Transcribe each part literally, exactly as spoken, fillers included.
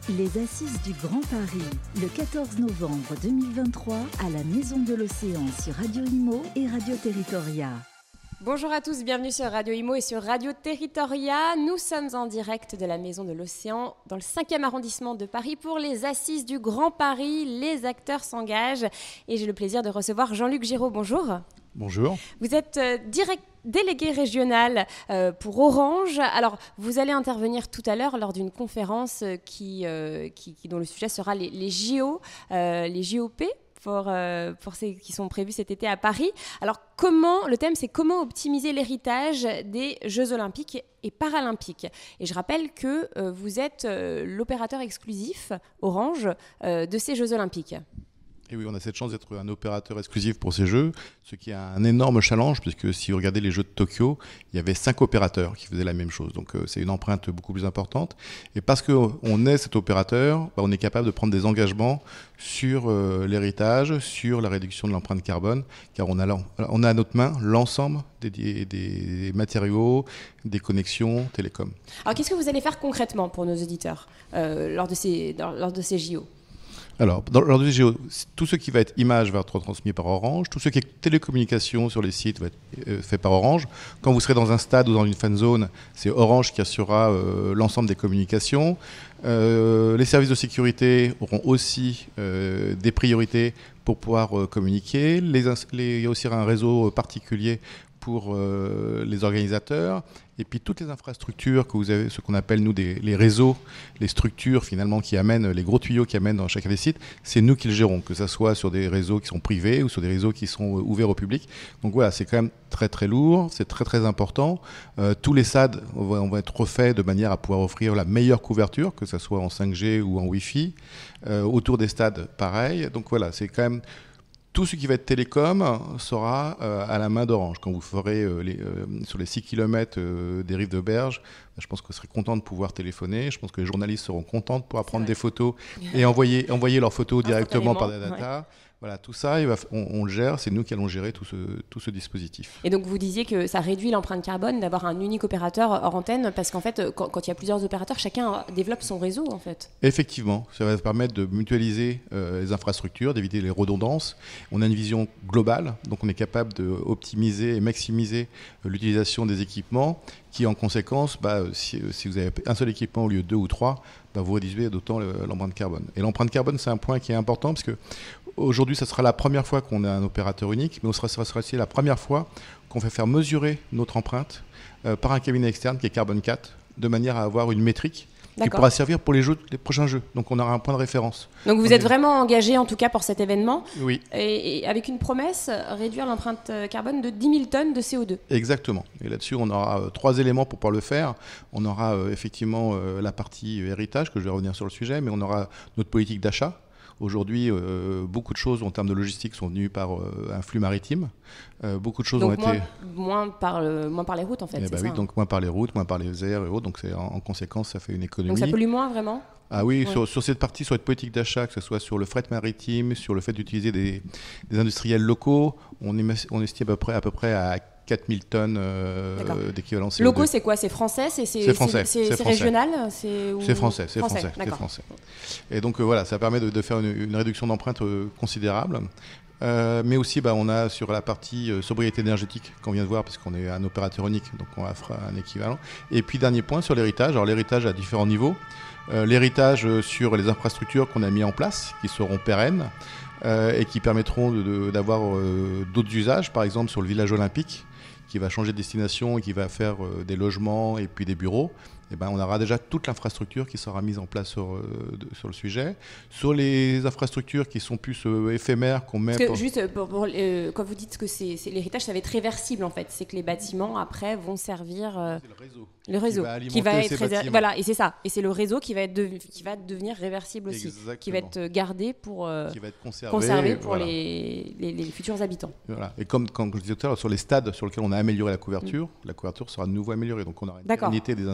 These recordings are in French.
Les Assises du Grand Paris, le quatorze novembre deux mille vingt-trois, à la Maison de l'Océan sur Radio Imo et Radio Territoria. Bonjour à tous, bienvenue sur Radio Imo et sur Radio Territoria. Nous sommes en direct de la Maison de l'Océan dans le cinquième arrondissement de Paris pour les Assises du Grand Paris. Les acteurs s'engagent et j'ai le plaisir de recevoir Jean-Luc Giraud. Bonjour. Bonjour. Vous êtes euh, direct délégué régional euh, pour Orange. Alors, vous allez intervenir tout à l'heure lors d'une conférence qui, euh, qui, qui, dont le sujet sera les, les J O, euh, les J O P. Pour, euh, pour ceux qui sont prévus cet été à Paris. Alors, comment, le thème, c'est comment optimiser l'héritage des Jeux Olympiques et Paralympiques. Et je rappelle que euh, vous êtes euh, l'opérateur exclusif, Orange, euh, de ces Jeux Olympiques. Et oui, on a cette chance d'être un opérateur exclusif pour ces Jeux, ce qui est un énorme challenge, puisque si vous regardez les Jeux de Tokyo, il y avait cinq opérateurs qui faisaient la même chose. Donc euh, c'est une empreinte beaucoup plus importante. Et parce qu'on est cet opérateur, bah, on est capable de prendre des engagements sur euh, l'héritage, sur la réduction de l'empreinte carbone, car on a, là, on a à notre main l'ensemble des, des, des matériaux, des connexions, télécoms. Alors qu'est-ce que vous allez faire concrètement pour nos auditeurs euh, lors de ces, dans, lors de ces J O ? Alors, dans, lors du G O, tout ce qui va être image va être retransmis par Orange. Tout ce qui est télécommunication sur les sites va être euh, fait par Orange. Quand vous serez dans un stade ou dans une fan zone, c'est Orange qui assurera euh, l'ensemble des communications. Euh, les services de sécurité auront aussi euh, des priorités pour pouvoir euh, communiquer. Les, les, il y a aussi un réseau particulier pour euh, les organisateurs. Et puis toutes les infrastructures que vous avez, ce qu'on appelle nous des, les réseaux, les structures finalement qui amènent, les gros tuyaux qui amènent dans chacun des sites, c'est nous qui le gérons, que ce soit sur des réseaux qui sont privés ou sur des réseaux qui sont ouverts au public. Donc voilà, c'est quand même très très lourd, c'est très très important. Euh, tous les S A D vont va être refaits de manière à pouvoir offrir la meilleure couverture, que ce soit en cinq G ou en Wi-Fi. Euh, autour des stades, pareil. Donc voilà, c'est quand même... Tout ce qui va être télécom sera euh, à la main d'Orange. Quand vous ferez euh, les, euh, sur les six kilomètres euh, des rives de Berge, bah, je pense que vous serez content de pouvoir téléphoner. Je pense que les journalistes seront contents de pouvoir prendre des photos et envoyer, envoyer leurs photos directement par la data. Ouais. Voilà, tout ça, il va, on, on le gère, c'est nous qui allons gérer tout ce, tout ce dispositif. Et donc vous disiez que ça réduit l'empreinte carbone d'avoir un unique opérateur hors antenne, parce qu'en fait, quand, quand il y a plusieurs opérateurs, chacun développe son réseau en fait. Effectivement, ça va permettre de mutualiser euh, les infrastructures, d'éviter les redondances. On a une vision globale, donc on est capable d'optimiser et maximiser euh, l'utilisation des équipements, qui en conséquence, bah, si, si vous avez un seul équipement au lieu de deux ou trois, bah, vous réduisez d'autant l'empreinte carbone. Et l'empreinte carbone, c'est un point qui est important, parce que aujourd'hui, ça sera la première fois qu'on a un opérateur unique, mais ce sera, sera aussi la première fois qu'on fait faire mesurer notre empreinte euh, par un cabinet externe qui est Carbone quatre, de manière à avoir une métrique qui pourra servir pour les, jeux, les prochains jeux. Donc on aura un point de référence. Donc vous on êtes est... vraiment engagé en tout cas pour cet événement. Oui. Et, et avec une promesse, réduire l'empreinte carbone de dix mille tonnes de C O deux. Exactement. Et là-dessus, on aura euh, trois éléments pour pouvoir le faire. On aura euh, effectivement euh, la partie héritage, que je vais revenir sur le sujet, mais on aura notre politique d'achat. Aujourd'hui, euh, beaucoup de choses en termes de logistique sont venues par euh, un flux maritime. Euh, beaucoup de choses donc ont moins, été... moins par, le, moins par les routes, en fait, eh c'est bah ça oui, hein. donc moins par les routes, moins par les airs et autres. Donc c'est, en, en conséquence, ça fait une économie. Donc ça pollue moins, vraiment ? Ah oui, ouais. sur, sur cette partie, sur cette politique d'achat, que ce soit sur le fret maritime, sur le fait d'utiliser des, des industriels locaux, on, on estime à peu près, à peu près à quatre mille tonnes euh, d'équivalent C O deux. Locaux, c'est quoi ? C'est français ? C'est, c'est, c'est français. C'est, c'est, c'est c'est français. régional c'est, ou... c'est français, c'est français. français. C'est français. Et donc euh, voilà, ça permet de, de faire une, une réduction d'empreinte euh, considérable. Euh, mais aussi, bah, on a sur la partie euh, sobriété énergétique qu'on vient de voir, puisqu'on est un opérateur unique, donc on fera un équivalent. Et puis dernier point sur l'héritage. Alors l'héritage à différents niveaux. Euh, l'héritage euh, sur les infrastructures qu'on a mis en place, qui seront pérennes euh, et qui permettront de, de, d'avoir euh, d'autres usages, par exemple sur le village olympique, qui va changer de destination et qui va faire euh, des logements et puis des bureaux. Eh ben, on aura déjà toute l'infrastructure qui sera mise en place sur, euh, de, sur le sujet. Sur les infrastructures qui sont plus euh, éphémères, qu'on met... Parce que pour... juste, pour, pour, euh, quand vous dites que c'est, c'est, l'héritage, ça va être réversible en fait. C'est que les bâtiments, après, vont servir... Euh, c'est le réseau. Le réseau qui va, qui va être ré... voilà, et c'est ça. Et c'est le réseau qui va, être de... qui va devenir réversible aussi. Exactement. Qui va être gardé pour... Euh, qui va être conservé, conservé pour voilà. les, les, les futurs habitants. Voilà. Et comme, comme je disais tout à l'heure, sur les stades sur lesquels on a amélioré la couverture, mmh. la couverture sera de nouveau améliorée. Donc on aura une pérennité des installations.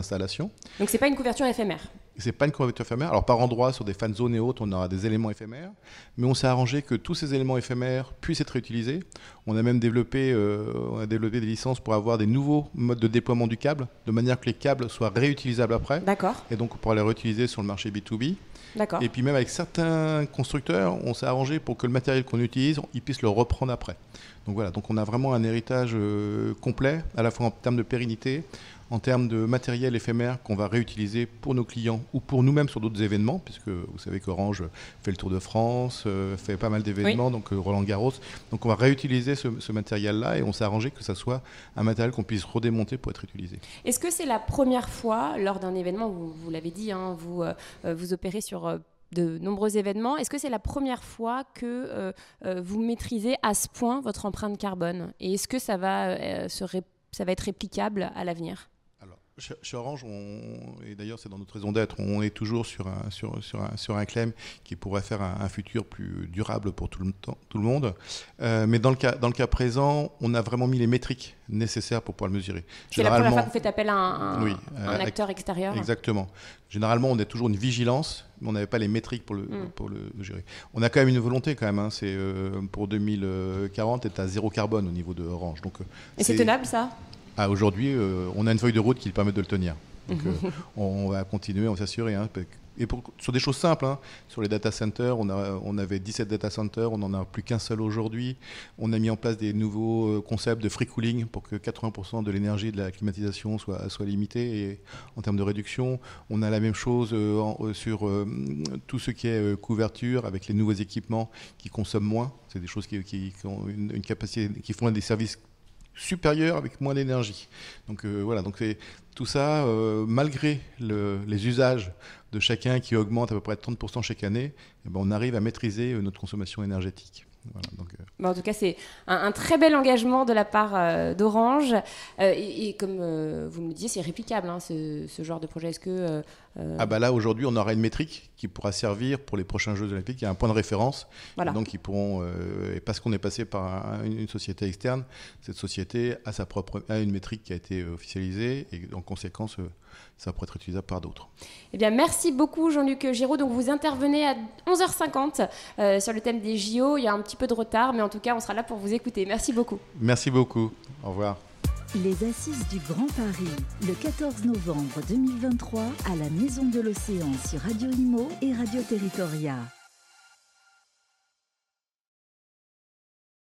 consommation. Donc c'est pas une couverture éphémère. C'est pas une couverture éphémère. Alors par endroits, sur des fan zones et autres, on aura des éléments éphémères, mais on s'est arrangé que tous ces éléments éphémères puissent être réutilisés. On a même développé, euh, on a développé des licences pour avoir des nouveaux modes de déploiement du câble, de manière que les câbles soient réutilisables après. D'accord. Et donc on pourra les réutiliser sur le marché B deux B. D'accord. Et puis même avec certains constructeurs, on s'est arrangé pour que le matériel qu'on utilise, ils puissent le reprendre après. Donc voilà, donc on a vraiment un héritage euh, complet, à la fois en termes de pérennité, en termes de matériel éphémère qu'on va réutiliser pour nos clients ou pour nous-mêmes sur d'autres événements, puisque vous savez qu'Orange fait le Tour de France, euh, fait pas mal d'événements, oui. donc euh, Roland Garros. Donc on va réutiliser ce, ce matériel-là et on s'est arrangé que ça soit un matériel qu'on puisse redémonter pour être utilisé. Est-ce que c'est la première fois, lors d'un événement, vous, vous l'avez dit, hein, vous, euh, vous opérez sur... Euh, de nombreux événements. Est-ce que c'est la première fois que euh, euh, vous maîtrisez à ce point votre empreinte carbone? Et est-ce que ça va, euh, se ré- ça va être réplicable à l'avenir? Alors, chez, chez Orange, on, et d'ailleurs c'est dans notre raison d'être, on est toujours sur un, sur, sur un, sur un claim qui pourrait faire un, un futur plus durable pour tout le, temps, tout le monde. Euh, mais dans le, cas, dans le cas présent, on a vraiment mis les métriques nécessaires pour pouvoir le mesurer. C'est la première fois que vous faites appel à un, un, oui, un euh, acteur extérieur? Exactement. Généralement, on a toujours une vigilance, mais on n'avait pas les métriques pour le, mm. pour le gérer. On a quand même une volonté, quand même. Hein, c'est, euh, pour deux mille quarante, être à zéro carbone au niveau de Orange. Donc, et c'est, c'est tenable, ça? Ah, aujourd'hui, euh, on a une feuille de route qui permet de le tenir. Donc, euh, on, on va continuer, on va s'assurer. Hein, et pour, sur des choses simples, hein, sur les data centers, on, a, on avait dix-sept data centers, on n'en a plus qu'un seul aujourd'hui. On a mis en place des nouveaux euh, concepts de free cooling pour que quatre-vingts pour cent de l'énergie de la climatisation soit, soit limitée et, en termes de réduction. On a la même chose euh, en, euh, sur euh, tout ce qui est euh, couverture avec les nouveaux équipements qui consomment moins. C'est des choses qui, qui, qui ont une, une capacité, qui font des services supérieur avec moins d'énergie. Donc euh, voilà, donc c'est tout ça, euh, malgré le, les usages de chacun qui augmentent à peu près de trente pour cent chaque année, eh ben, on arrive à maîtriser euh, notre consommation énergétique. Voilà, donc, euh... bah en tout cas, c'est un, un très bel engagement de la part euh, d'Orange. Euh, et, et comme euh, vous me le disiez, c'est réplicable, hein, ce, ce genre de projet. Est-ce que euh, ah bah là, aujourd'hui, on aura une métrique qui pourra servir pour les prochains Jeux Olympiques. Il y a un point de référence. Voilà. Et donc, ils pourront, euh, et parce qu'on est passé par un, une, une société externe, cette société a, sa propre, a une métrique qui a été officialisée et en conséquence, euh, ça pourrait être utilisable par d'autres. Eh bien, merci beaucoup Jean-Luc Giraud. Donc, vous intervenez à onze heures cinquante euh, sur le thème des J O. Il y a un petit peu de retard, mais en tout cas, on sera là pour vous écouter. Merci beaucoup. Merci beaucoup. Au revoir. Les Assises du Grand Paris, le quatorze novembre deux mille vingt-trois, à la Maison de l'Océan sur Radio Imo et Radio Territoria.